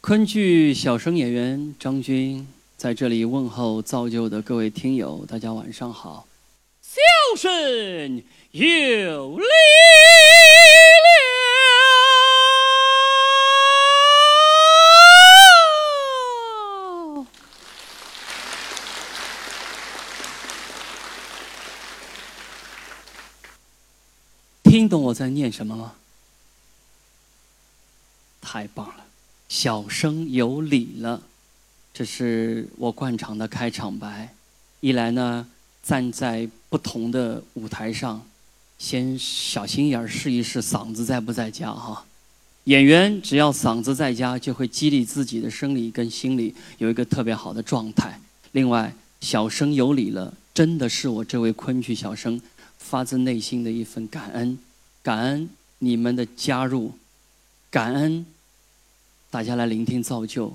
昆剧小生演员张军在这里问候造就的各位听友，大家晚上好。小生有礼了。听懂我在念什么吗？太棒了！小生有礼了，这是我惯常的开场白。一来呢，站在不同的舞台上，先小心眼试一试嗓子在不在家哈。演员只要嗓子在家，就会激励自己的生理跟心理有一个特别好的状态。另外，小生有礼了，真的是我这位昆剧小生发自内心的一份感恩，感恩你们的加入，感恩大家来聆听造就，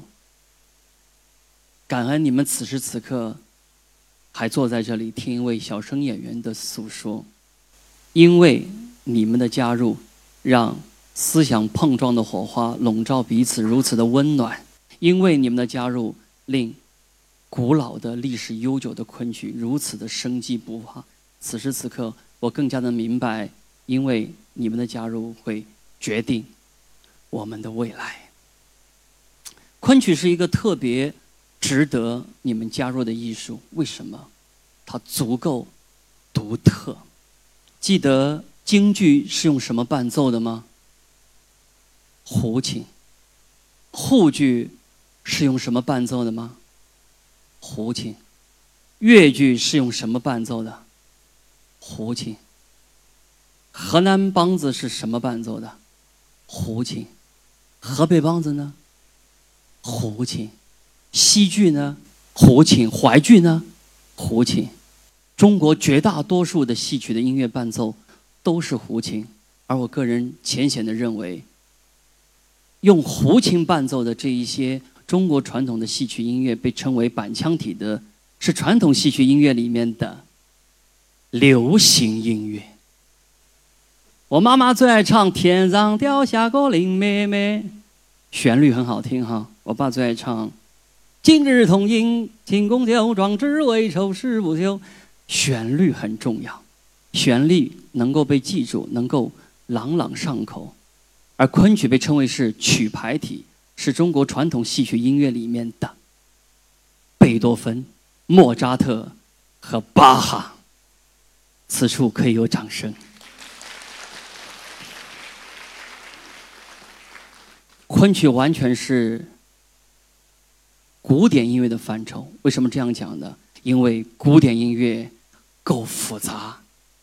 感恩你们此时此刻还坐在这里听一位小生演员的诉说，因为你们的加入，让思想碰撞的火花笼罩彼此如此的温暖，因为你们的加入，令古老的历史悠久的昆曲如此的生机勃发。此时此刻，我更加的明白，因为你们的加入会决定我们的未来。昆曲是一个特别值得你们加入的艺术，为什么？它足够独特。记得京剧是用什么伴奏的吗？胡琴。沪剧是用什么伴奏的吗？胡琴。粤剧是用什么伴奏的？胡琴。河南梆子是什么伴奏的？胡琴。河北梆子呢？胡琴。西剧呢？胡琴。淮剧呢？胡琴。中国绝大多数的戏曲的音乐伴奏都是胡琴，而我个人浅显的认为，用胡琴伴奏的这一些中国传统的戏曲音乐被称为板腔体的，是传统戏曲音乐里面的流行音乐。我妈妈最爱唱天上掉下个林妹妹，旋律很好听哈。我爸最爱唱今日同饮庆功酒，壮志未酬誓不休。旋律很重要，旋律能够被记住，能够朗朗上口。而昆曲被称为是曲牌体，是中国传统戏曲音乐里面的贝多芬、莫扎特和巴哈。此处可以有掌声。昆曲完全是古典音乐的范畴。为什么这样讲呢？因为古典音乐够复杂。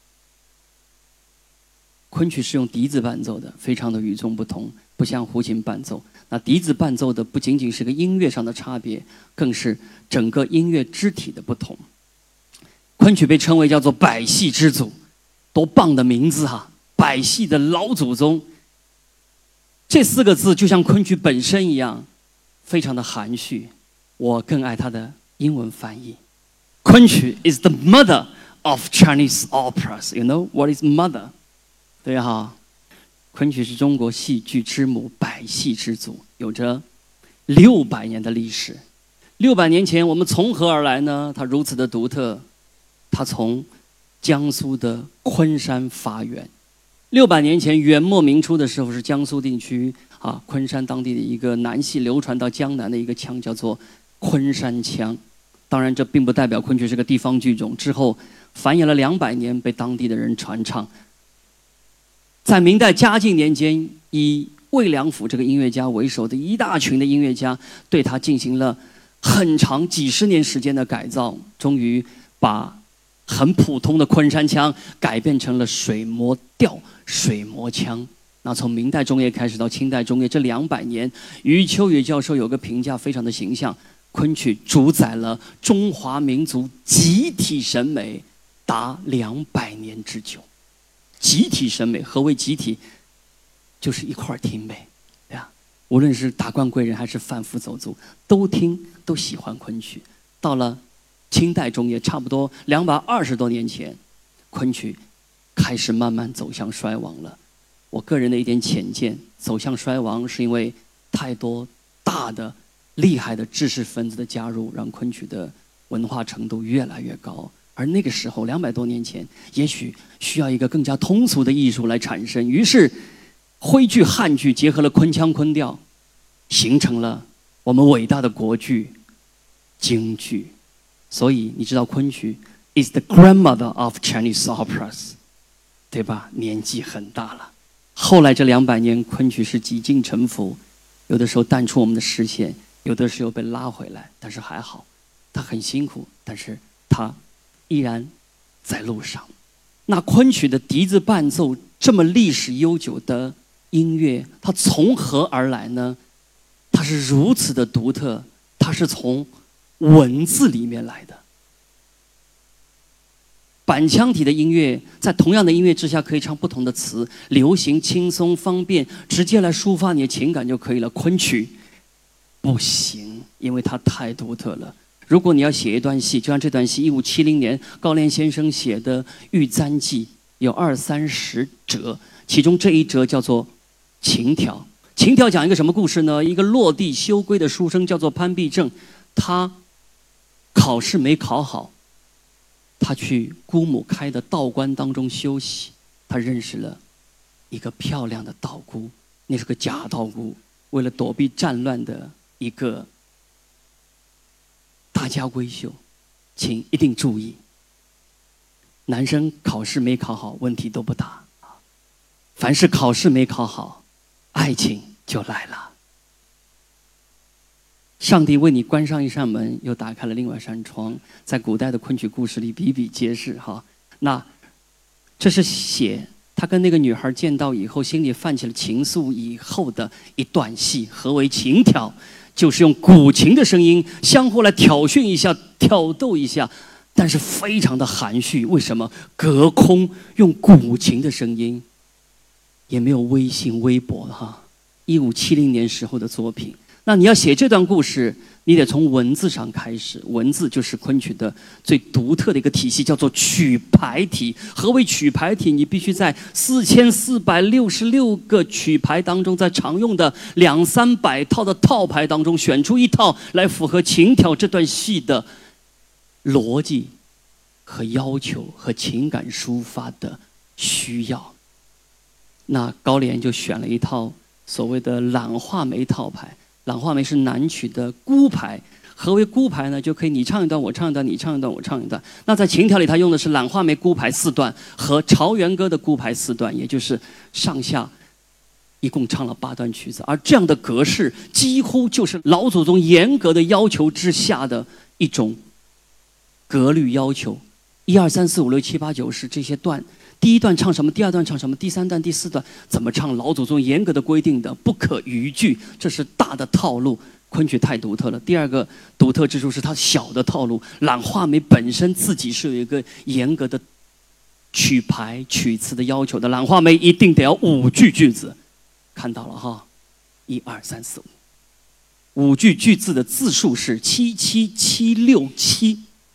昆曲是用笛子伴奏的，非常的与众不同，不像胡琴伴奏。那笛子伴奏的不仅仅是个音乐上的差别，更是整个音乐肢体的不同。昆曲被称为叫做百戏之祖，多棒的名字哈！百戏的老祖宗。这4个字就像昆曲本身一样，非常的含蓄。我更爱它的英文翻译。昆曲 is the mother of Chinese operas. You know what is mother? 对哈，昆曲是中国戏剧之母，百戏之祖，有着600年的历史。600年前我们从何而来呢？它如此的独特，它从江苏的昆山发源。600年前，元末明初的时候，是江苏地区昆山当地的一个南戏流传到江南的一个腔，叫做昆山腔。当然，这并不代表昆曲是个地方剧种。之后繁衍了200年，被当地的人传唱。在明代嘉靖年间，以魏良辅这个音乐家为首的一大群的音乐家，对他进行了很长几十年时间的改造，终于把很普通的昆山腔改变成了水磨调、水磨腔。那从明代中叶开始到清代中叶这200年，余秋雨教授有个评价非常的形象：昆曲主宰了中华民族集体审美达200年之久。集体审美，何为集体？就是一块听呗，对吧？无论是达官贵人还是贩夫走卒，都听，都喜欢昆曲。到了清代中叶，差不多220多年前，昆曲开始慢慢走向衰亡了。我个人的一点浅见，走向衰亡是因为太多大的、厉害的知识分子的加入，让昆曲的文化程度越来越高。而那个时候200多年前，也许需要一个更加通俗的艺术来产生。于是，徽剧、汉剧结合了昆腔、昆调，形成了我们伟大的国剧京剧。所以你知道昆曲 is the grandmother of Chinese operas， 对吧？年纪很大了。后来这200年，昆曲是几经沉浮，有的时候淡出我们的视线，有的时候被拉回来。但是还好，它很辛苦，但是它依然在路上。那昆曲的笛子伴奏这么历史悠久的音乐，它从何而来呢？它是如此的独特，它是从文字里面来的。板腔体的音乐在同样的音乐之下可以唱不同的词，流行、轻松、方便，直接来抒发你的情感就可以了。昆曲不行，因为它太独特了。如果你要写一段戏，就像这段戏1570年高廉先生写的《玉簪记》，有20-30折，其中这一折叫做情调。情调讲一个什么故事呢？一个落地休归的书生叫做潘必正，他考试没考好，他去姑母开的道观当中休息，他认识了一个漂亮的道姑，那是个假道姑，为了躲避战乱的一个大家闺秀，请一定注意，男生考试没考好问题都不大，凡是考试没考好，爱情就来了。上帝为你关上一扇门，又打开了另外一扇窗，在古代的昆曲故事里比比皆是哈。那这是写他跟那个女孩见到以后，心里泛起了情愫以后的一段戏。何为情调？就是用古琴的声音相互来挑衅一下、挑逗一下，但是非常的含蓄。为什么？隔空用古琴的声音，也没有微信、微博哈。1570年时候的作品。那你要写这段故事，你得从文字上开始。文字就是昆曲的最独特的一个体系，叫做曲牌体。何为曲牌体？你必须在4466个曲牌当中，在常用的200-300套的套牌当中，选出一套来符合情调这段戏的逻辑和要求和情感抒发的需要。那高廉就选了一套所谓的懒画眉套牌。懒画眉是南曲的孤牌。何为孤牌呢？就可以你唱一段，我唱一段，你唱一段，我唱一段。那在情调里，他用的是懒画眉孤牌4段和朝元歌的孤牌4段，也就是上下一共唱了8段曲子。而这样的格式，几乎就是老祖宗严格的要求之下的一种格律要求。1、2、3、4、5、6、7、8、9是这些段。第一段唱什么，第二段唱什么，第3段、第4段怎么唱，老祖宗严格的规定的，不可逾矩，这是大的套路。昆曲太独特了。第二个独特之处是它小的套路。懒画眉本身自己是有一个严格的曲牌曲词的要求的，懒画眉一定得要5句句子，看到了哈，1、2、3、4、5，5句句子的字数是77767。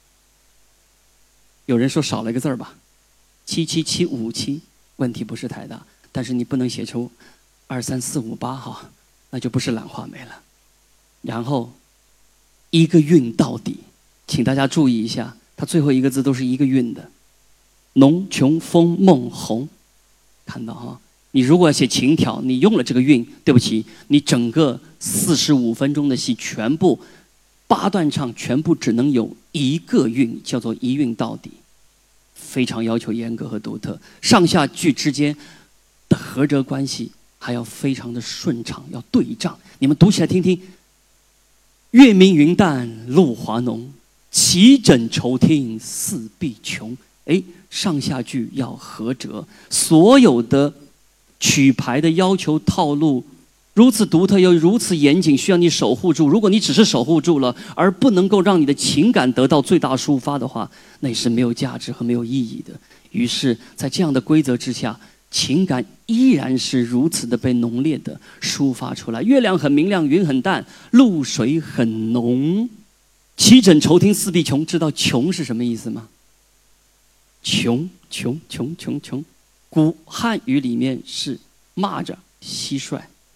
有人说少了一个字儿吧，77757，问题不是太大，但是你不能写出2、3、4、5、8哈，那就不是懒画眉了。然后一个韵到底，请大家注意一下，它最后一个字都是一个韵的，浓琼风梦红，看到哈？你如果要写情调，你用了这个韵，对不起，你整个45分钟的戏全部8段唱，全部只能有一个韵，叫做一韵到底。非常要求严格和独特，上下句之间的合辙关系还要非常的顺畅，要对仗。你们读起来听听：月明云淡露华浓，齐枕愁听四壁穷。哎，上下句要合辙，所有的曲牌的要求套路如此独特又如此严谨，需要你守护住。如果你只是守护住了，而不能够让你的情感得到最大抒发的话，那也是没有价值和没有意义的。于是在这样的规则之下，情感依然是如此的被浓烈的抒发出来。月亮很明亮，云很淡，露水很浓，齐枕愁听四壁穷。知道穷是什么意思吗？穷穷穷穷穷，古汉语里面是蚂蚱蟋蟀，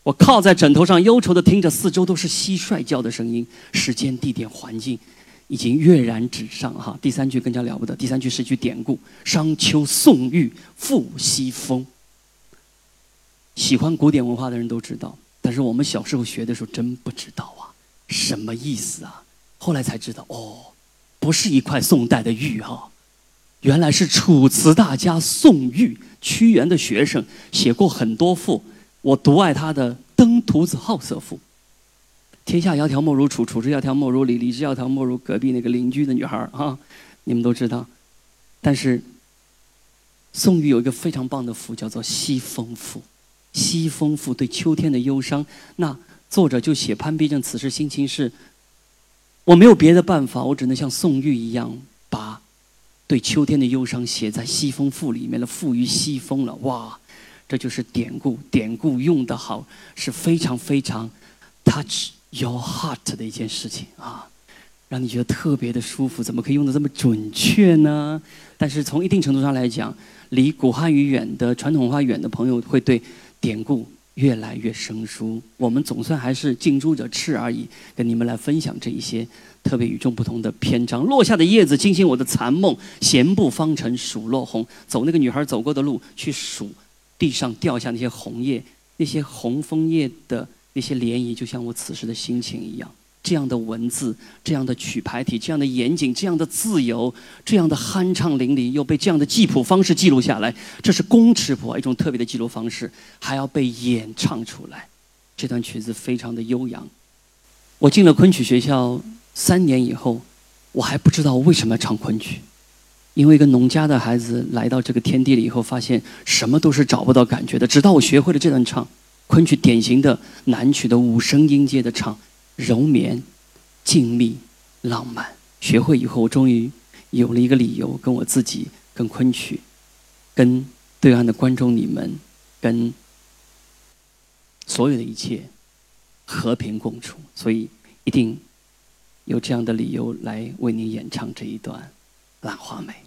我靠在枕头上，忧愁地听着四周都是蟋蟀叫的声音，时间、地点、环境已经跃然纸上哈。第三句更加了不得，第三句是一句典故：商丘宋玉赋西风。喜欢古典文化的人都知道，但是我们小时候学的时候真不知道啊，什么意思啊？后来才知道，哦，不是一块宋代的玉哈，原来是楚辞大家宋玉，屈原的学生，写过很多赋。我独爱他的《登徒子好色赋》。天下窈窕莫如楚，楚之窈窕莫如李，李之窈窕莫如隔壁那个邻居的女孩啊，你们都知道。但是宋玉有一个非常棒的赋，叫做《西风赋》。西风赋对秋天的忧伤，那作者就写潘必正此时心情是：我没有别的办法，我只能像宋玉一样，把对秋天的忧伤写在《西风赋》里面了，赋于西风了。哇，这就是典故，典故用得好，是非常非常 touch your heart 的一件事情啊，让你觉得特别的舒服。怎么可以用得这么准确呢？但是从一定程度上来讲，离古汉语远的、传统文化远的朋友会对典故越来越生疏。我们总算还是近朱者赤而已，跟你们来分享这一些特别与众不同的篇章。落下的叶子惊醒我的残梦，闲步方尘数落红。走那个女孩走过的路，去数地上掉下那些红叶，那些红枫叶的那些涟漪，就像我此时的心情一样。这样的文字，这样的曲牌体，这样的严谨，这样的自由，这样的酣畅淋漓，又被这样的记谱方式记录下来，这是公尺谱，一种特别的记录方式，还要被演唱出来。这段曲子非常的悠扬。我进了昆曲学校3年以后，我还不知道为什么要唱昆曲，因为一个农家的孩子来到这个天地里以后，发现什么都是找不到感觉的。直到我学会了这段唱，昆曲典型的南曲的5声音阶的唱，柔绵、静谧、浪漫。学会以后，我终于有了一个理由，跟我自己、跟昆曲、跟对岸的观众你们、跟所有的一切和平共处。所以一定有这样的理由来为你演唱这一段《兰花梅》。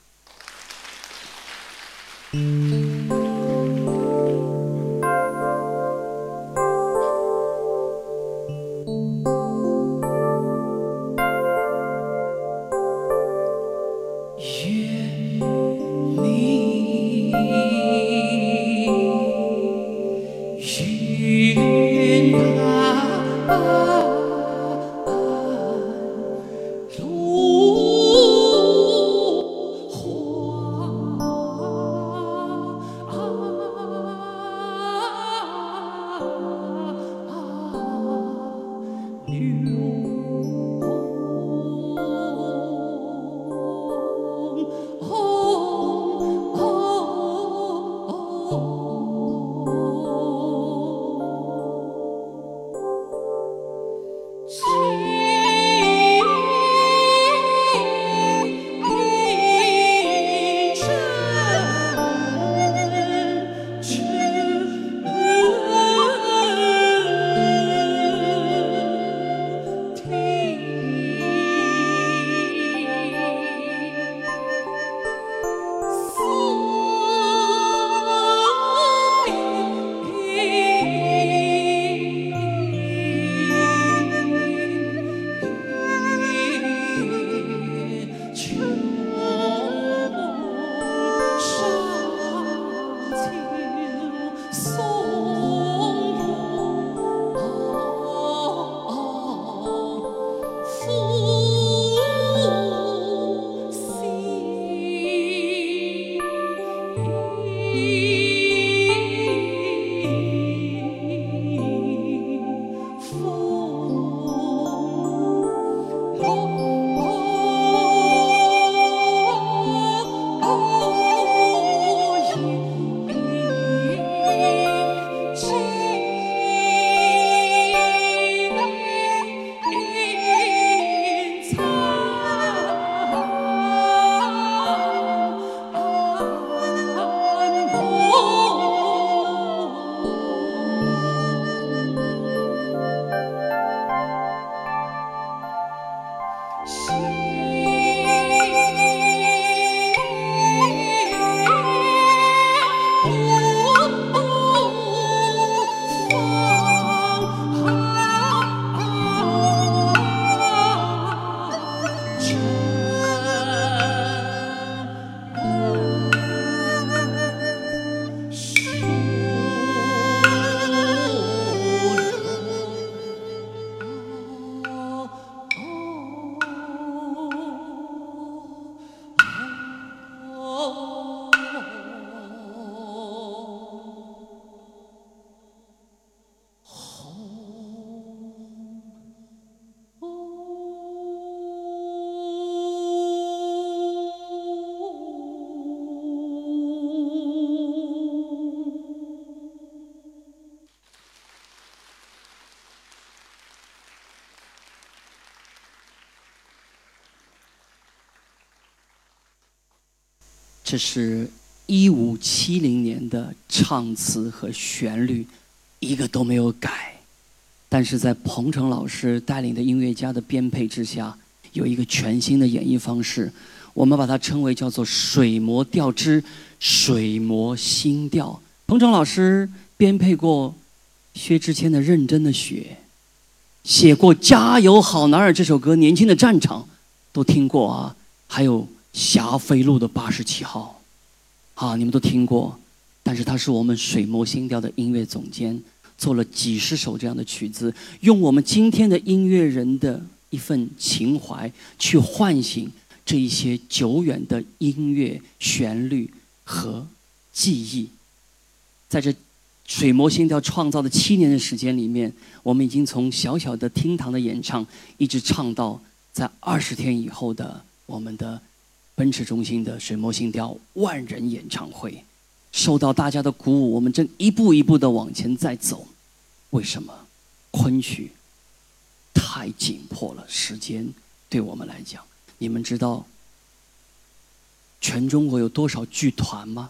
这是1570年的唱词和旋律，一个都没有改。但是在彭程老师带领的音乐家的编配之下，有一个全新的演绎方式，我们把它称为叫做水磨调之水磨新调。彭程老师编配过薛之谦的《认真的雪》，写过《加油好男儿》这首歌，《年轻的战场》都听过啊，还有《霞飞路的87号》啊，你们都听过。但是他是我们水磨新调的音乐总监，做了几十首这样的曲子，用我们今天的音乐人的一份情怀去唤醒这一些久远的音乐旋律和记忆。在这水磨新调创造的7年的时间里面，我们已经从小小的厅堂的演唱，一直唱到在20天以后的我们的奔驰中心的水磨新调万人演唱会。受到大家的鼓舞，我们正一步一步的往前在走。为什么？昆曲太紧迫了，时间对我们来讲。你们知道全中国有多少剧团吗？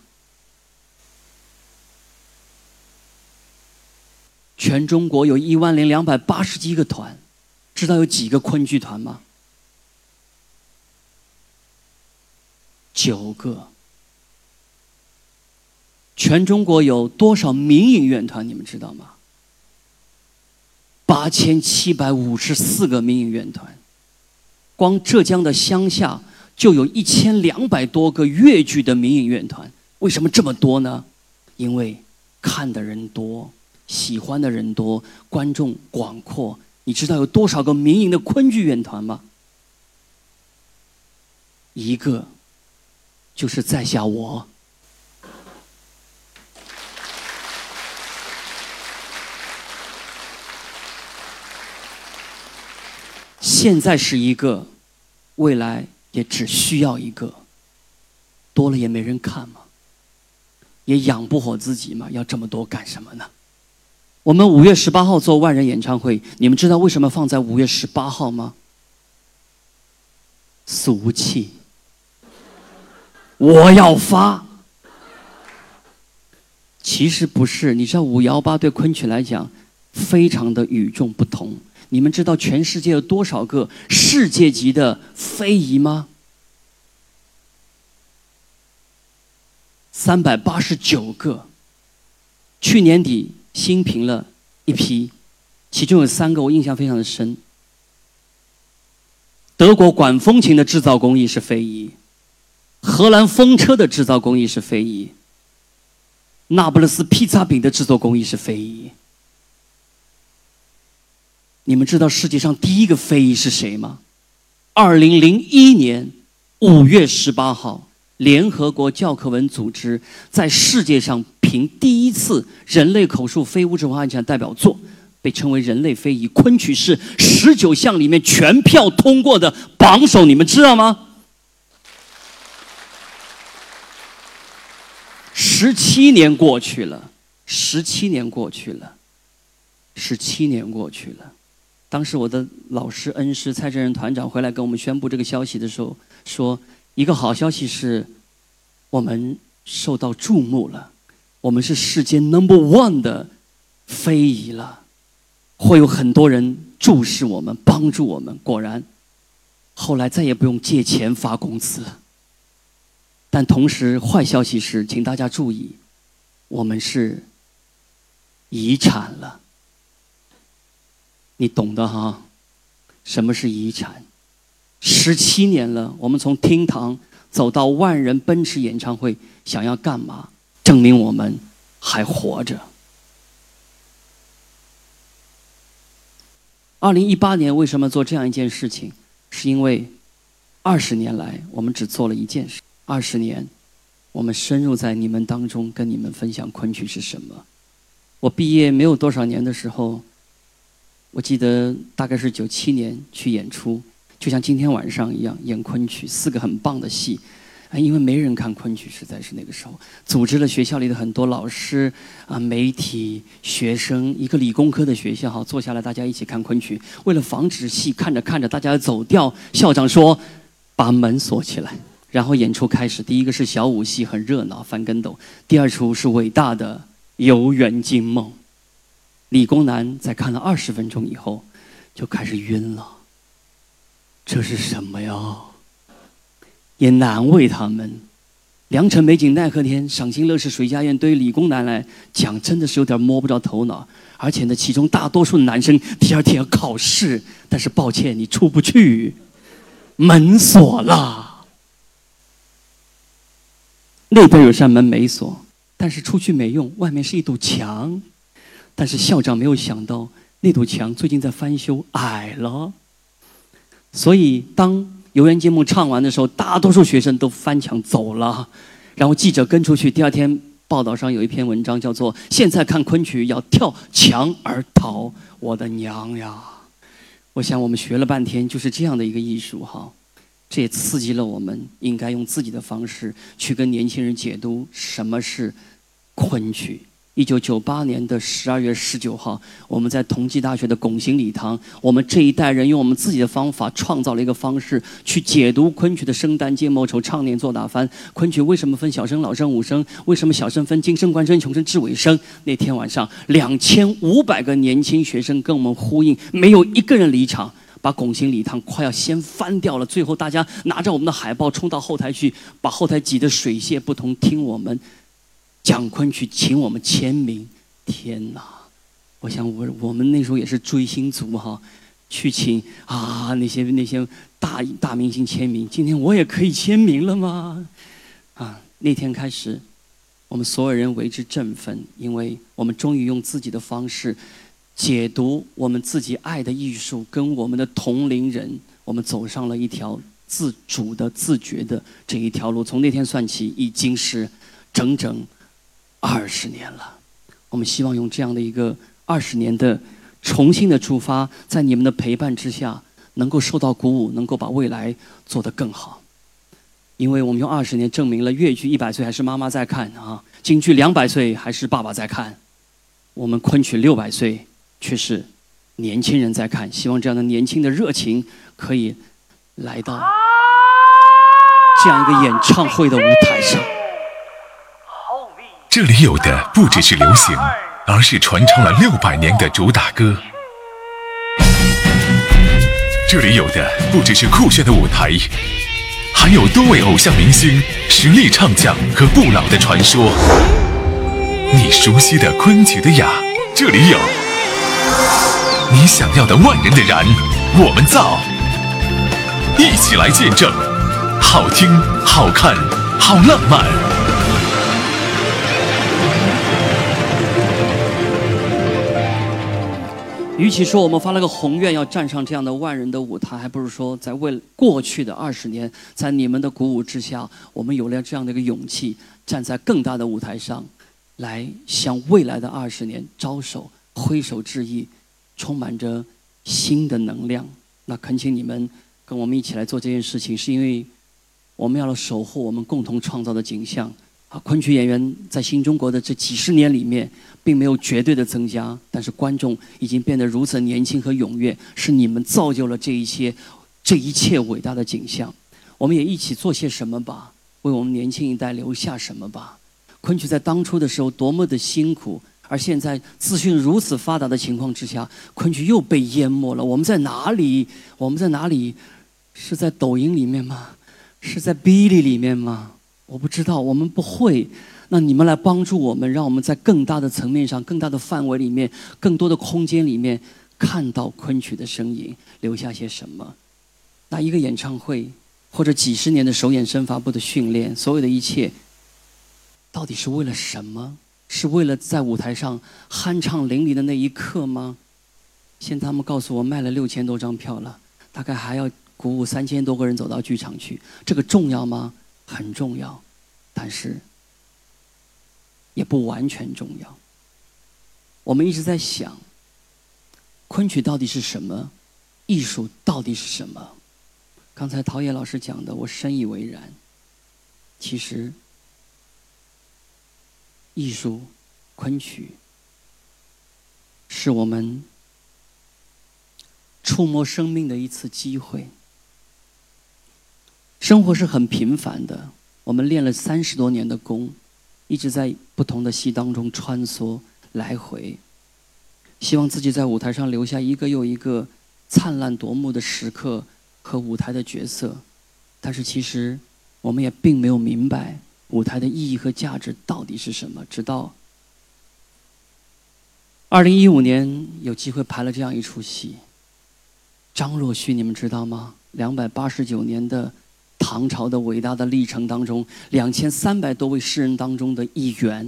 全中国有10281个团，知道有几个昆剧团吗？9个。全中国有多少民营乐团？你们知道吗？8754个民营乐团。光浙江的乡下就有1200多个粤剧的民营乐团。为什么这么多呢？因为看的人多，喜欢的人多，观众广阔。你知道有多少个民营的昆剧乐团吗？一个，就是在下我。现在是一个，未来也只需要一个，多了也没人看嘛，也养不活自己嘛，要这么多干什么呢？我们5月18号做万人演唱会，你们知道为什么放在5月18号吗？俗气，我要发。其实不是，你知道518对昆曲来讲非常的与众不同。你们知道全世界有多少个世界级的非遗吗？389个。去年底新评了一批，其中有3个我印象非常的深。德国管风琴的制造工艺是非遗，荷兰风车的制造工艺是非遗，那不勒斯披萨饼的制作工艺是非遗。你们知道世界上第一个非遗是谁吗？2001年5月18号，联合国教科文组织在世界上评第一次人类口述非物质文化遗产代表作，被称为人类非遗。昆曲是19项里面全票通过的榜首，你们知道吗？17年过去了，17年过去了，17年过去了。当时我的老师恩师蔡振仁团长回来跟我们宣布这个消息的时候说，一个好消息是我们受到注目了，我们是世界 No.1 的非遗了，会有很多人注视我们，帮助我们。果然后来再也不用借钱发工资了。但同时坏消息是，请大家注意，我们是遗产了。你懂的哈，什么是遗产？17年了，我们从厅堂走到万人奔驰演唱会，想要干嘛？证明我们还活着。2018年为什么做这样一件事情？是因为20年来我们只做了一件事，20年我们深入在你们当中，跟你们分享昆曲是什么。我毕业没有多少年的时候，我记得大概是97年去演出，就像今天晚上一样演昆曲，4个很棒的戏。因为没人看昆曲，实在是那个时候组织了学校里的很多老师媒体、学生，一个理工科的学校坐下来大家一起看昆曲。为了防止戏看着看着大家走掉，校长说把门锁起来， 然后演出开始，第一个是小舞戏，很热闹，翻跟斗；第二出是伟大的《游园惊梦》。理工男在看了20分钟以后，就开始晕了。这是什么呀？也难为他们。良辰美景奈何天，赏心乐事水家宴，对于理工男来讲，真的是有点摸不着头脑。而且呢，其中大多数男生第二天要考试，但是抱歉，你出不去，门锁了。那边有扇门没锁，但是出去没用，外面是一堵墙。但是校长没有想到，那堵墙最近在翻修，矮了。所以当《游园惊梦》唱完的时候，大多数学生都翻墙走了。然后记者跟出去，第二天报道上有一篇文章叫做“现在看昆曲要跳墙而逃”。我的娘呀！我想我们学了半天就是这样的一个艺术哈，这也刺激了我们应该用自己的方式去跟年轻人解读什么是昆曲。1998年12月19号，我们在同济大学的拱形礼堂，我们这一代人用我们自己的方法创造了一个方式去解读昆曲的生旦净末丑唱念做打翻。昆曲为什么分小声、老生、武生？为什么小生分京声、官声、琼声、智尾声？那天晚上，2500个年轻学生跟我们呼应，没有一个人离场。把拱形礼堂快要掀翻掉了，最后大家拿着我们的海报冲到后台去，把后台挤得水泄不通，听我们讲昆曲，请我们签名。天哪！我想我们那时候也是追星族哈，去请那些大明星签名。今天我也可以签名了吗？那天开始，我们所有人为之振奋，因为我们终于用自己的方式解读我们自己爱的艺术，跟我们的同龄人，我们走上了一条自主的、自觉的这一条路。从那天算起，已经是整整20年了。我们希望用这样的一个20年的重新的出发，在你们的陪伴之下，能够受到鼓舞，能够把未来做得更好。因为我们用20年证明了越剧100岁还是妈妈在看啊，京剧200岁还是爸爸在看，我们昆曲600岁却是年轻人在看。希望这样的年轻的热情可以来到这样一个演唱会的舞台上。 这里有的不只是流行，而是传唱了600年的主打歌。这里有的不只是酷炫的舞台，还有多位偶像明星实力唱将和不老的传说。你熟悉的昆曲的雅，这里有；你想要的万人的燃，我们造。一起来见证，好听、好看、好浪漫。 与其说我们发了个宏愿要站上这样的万人的舞台，还不如说在过去的20年，在你们的鼓舞之下，我们有了这样的一个勇气，站在更大的舞台上，来向未来的20年招手、挥手致意，充满着新的能量。那恳请你们跟我们一起来做这件事情，是因为我们要来守护我们共同创造的景象。昆曲演员在新中国的这几十年里面，并没有绝对的增加，但是观众已经变得如此年轻和踊跃，是你们造就了这一切伟大的景象。我们也一起做些什么吧，为我们年轻一代留下什么吧。昆曲在当初的时候多么的辛苦，而现在资讯如此发达的情况之下，昆曲又被淹没了。我们在哪里？我们在哪里？是在抖音里面吗？是在哔哩里面吗？我不知道，我们不会。那你们来帮助我们，让我们在更大的层面上、更大的范围里面、更多的空间里面看到昆曲的身影，留下些什么。那一个演唱会，或者几十年的手眼身法步的训练，所有的一切，到底是为了什么？是为了在舞台上酣畅淋漓的那一刻吗？现在他们告诉我卖了6000多张票了，大概还要鼓舞3000多个人走到剧场去，这个重要吗？很重要，但是也不完全重要。我们一直在想，昆曲到底是什么？艺术到底是什么？刚才陶冶老师讲的，我深以为然。其实，艺术、昆曲，是我们触摸生命的一次机会。 生活是很平凡的，我们练了30多年的功，一直在不同的戏当中穿梭来回，希望自己在舞台上留下一个又一个灿烂夺目的时刻和舞台的角色。但是其实我们也并没有明白舞台的意义和价值到底是什么，直到2015年有机会排了这样一出戏。张若虚你们知道吗？289年的唐朝的伟大的历程当中，2300多位诗人当中的一员。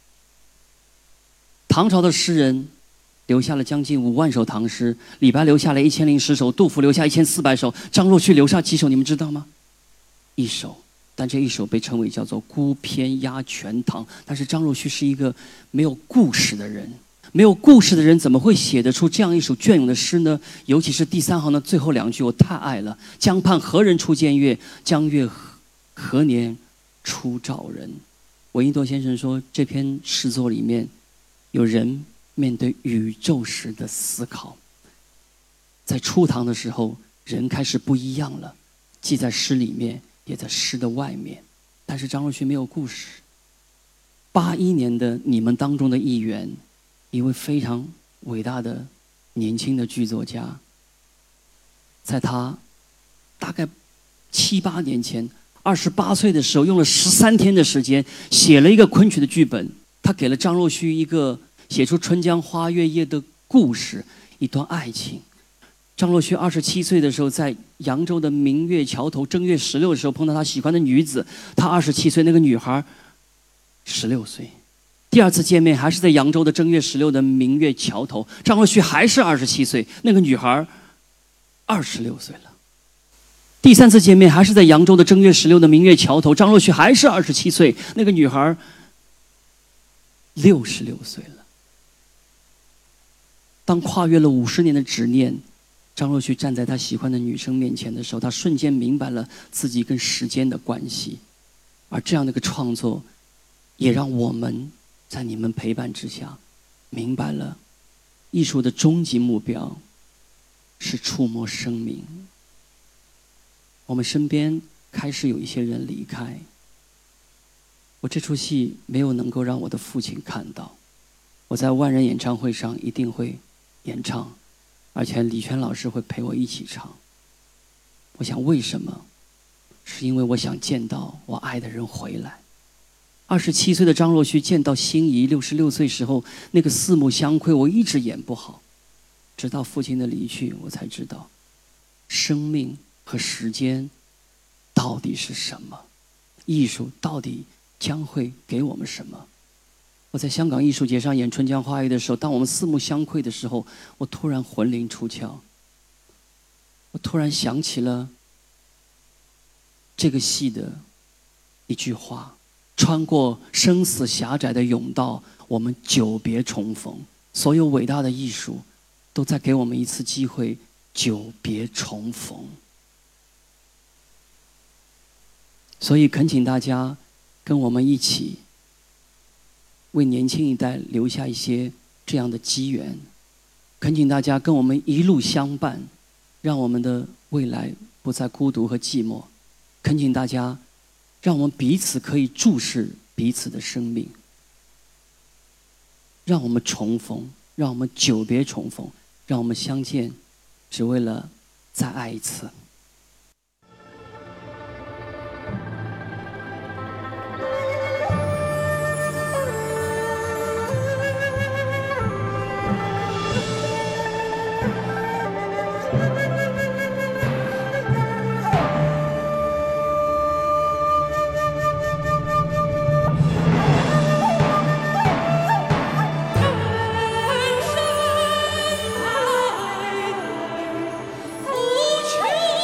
唐朝的诗人留下了将近5万首唐诗，李白留下了1010首，杜甫留下1400首，张若虚留下几首你们知道吗？1首，但这1首被称为叫做孤篇压全唐。但是张若虚是一个没有故事的人，没有故事的人怎么会写得出这样一首隽永的诗呢？尤其是第3行的最后2句，我太爱了。江畔何人初见月？江月何年初照人？闻一多先生说，这篇诗作里面有人面对宇宙时的思考。在初唐的时候，人开始不一样了，既在诗里面，也在诗的外面。但是张若虚没有故事。81年的你们当中的一员，一位非常伟大的年轻的剧作家，在他大概7、8年前，28岁的时候，用了13天的时间写了一个昆曲的剧本。他给了张若虚一个写出《春江花月夜》的故事，一段爱情。张若虚27岁的时候，在扬州的明月桥头正月16的时候碰到他喜欢的女子，他27岁，那个女孩16岁。第2次见面还是在扬州的正月16的明月桥头，张若虚还是27岁，那个女孩26岁了。第3次见面还是在扬州的正月16的明月桥头，张若虚还是27岁，那个女孩66岁了。当跨越了50年的执念，张若虚站在他喜欢的女生面前的时候，他瞬间明白了自己跟时间的关系。而这样的一个创作，也让我们在你们陪伴之下，明白了艺术的终极目标是触摸生命。我们身边开始有一些人离开，我这出戏没有能够让我的父亲看到，我在万人演唱会上一定会演唱，而且李泉老师会陪我一起唱。我想为什么？是因为我想见到我爱的人回来。27岁的张若虚见到心仪66岁时候那个四目相窥，我一直演不好，直到父亲的离去，我才知道生命和时间到底是什么，艺术到底将会给我们什么。我在香港艺术节上演《春江花月》的时候，当我们四目相窥的时候，我突然魂灵出窍，我突然想起了这个戏的一句话：穿过生死狭窄的甬道，我们久别重逢。所有伟大的艺术都在给我们一次机会，久别重逢。所以恳请大家跟我们一起为年轻一代留下一些这样的机缘，恳请大家跟我们一路相伴，让我们的未来不再孤独和寂寞。恳请大家让我们彼此可以注视彼此的生命，让我们重逢，让我们久别重逢，让我们相见，只为了再爱一次。 无穷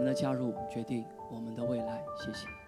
们的加入决定我们的未来。谢谢。